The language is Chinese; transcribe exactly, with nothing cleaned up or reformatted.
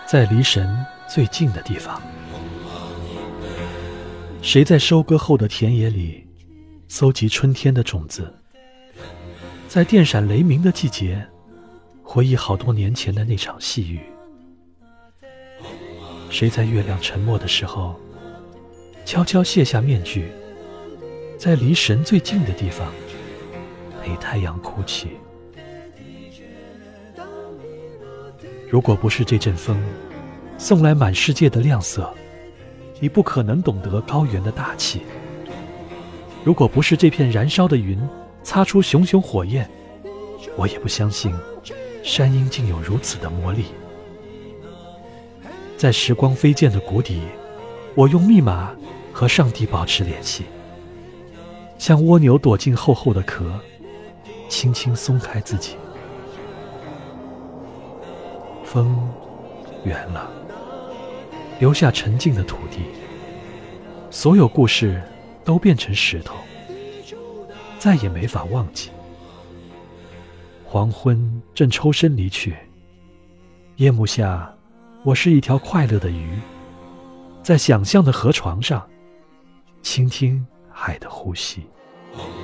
在离神最近的地方。谁在收割后的田野里搜集春天的种子，在电闪雷鸣的季节回忆好多年前的那场细雨？谁在月亮沉默的时候悄悄卸下面具，在离神最近的地方陪太阳哭泣？如果不是这阵风送来满世界的亮色，你不可能懂得高原的大气。如果不是这片燃烧的云擦出熊熊火焰，我也不相信山鹰竟有如此的魔力。在时光飞溅的谷底，我用密码和上帝保持联系，像蜗牛躲进厚厚的壳，轻轻松开自己。风远了，留下沉静的土地，所有故事都变成石头，再也没法忘记。黄昏正抽身离去，夜幕下，我是一条快乐的鱼，在想象的河床上倾听海的呼吸。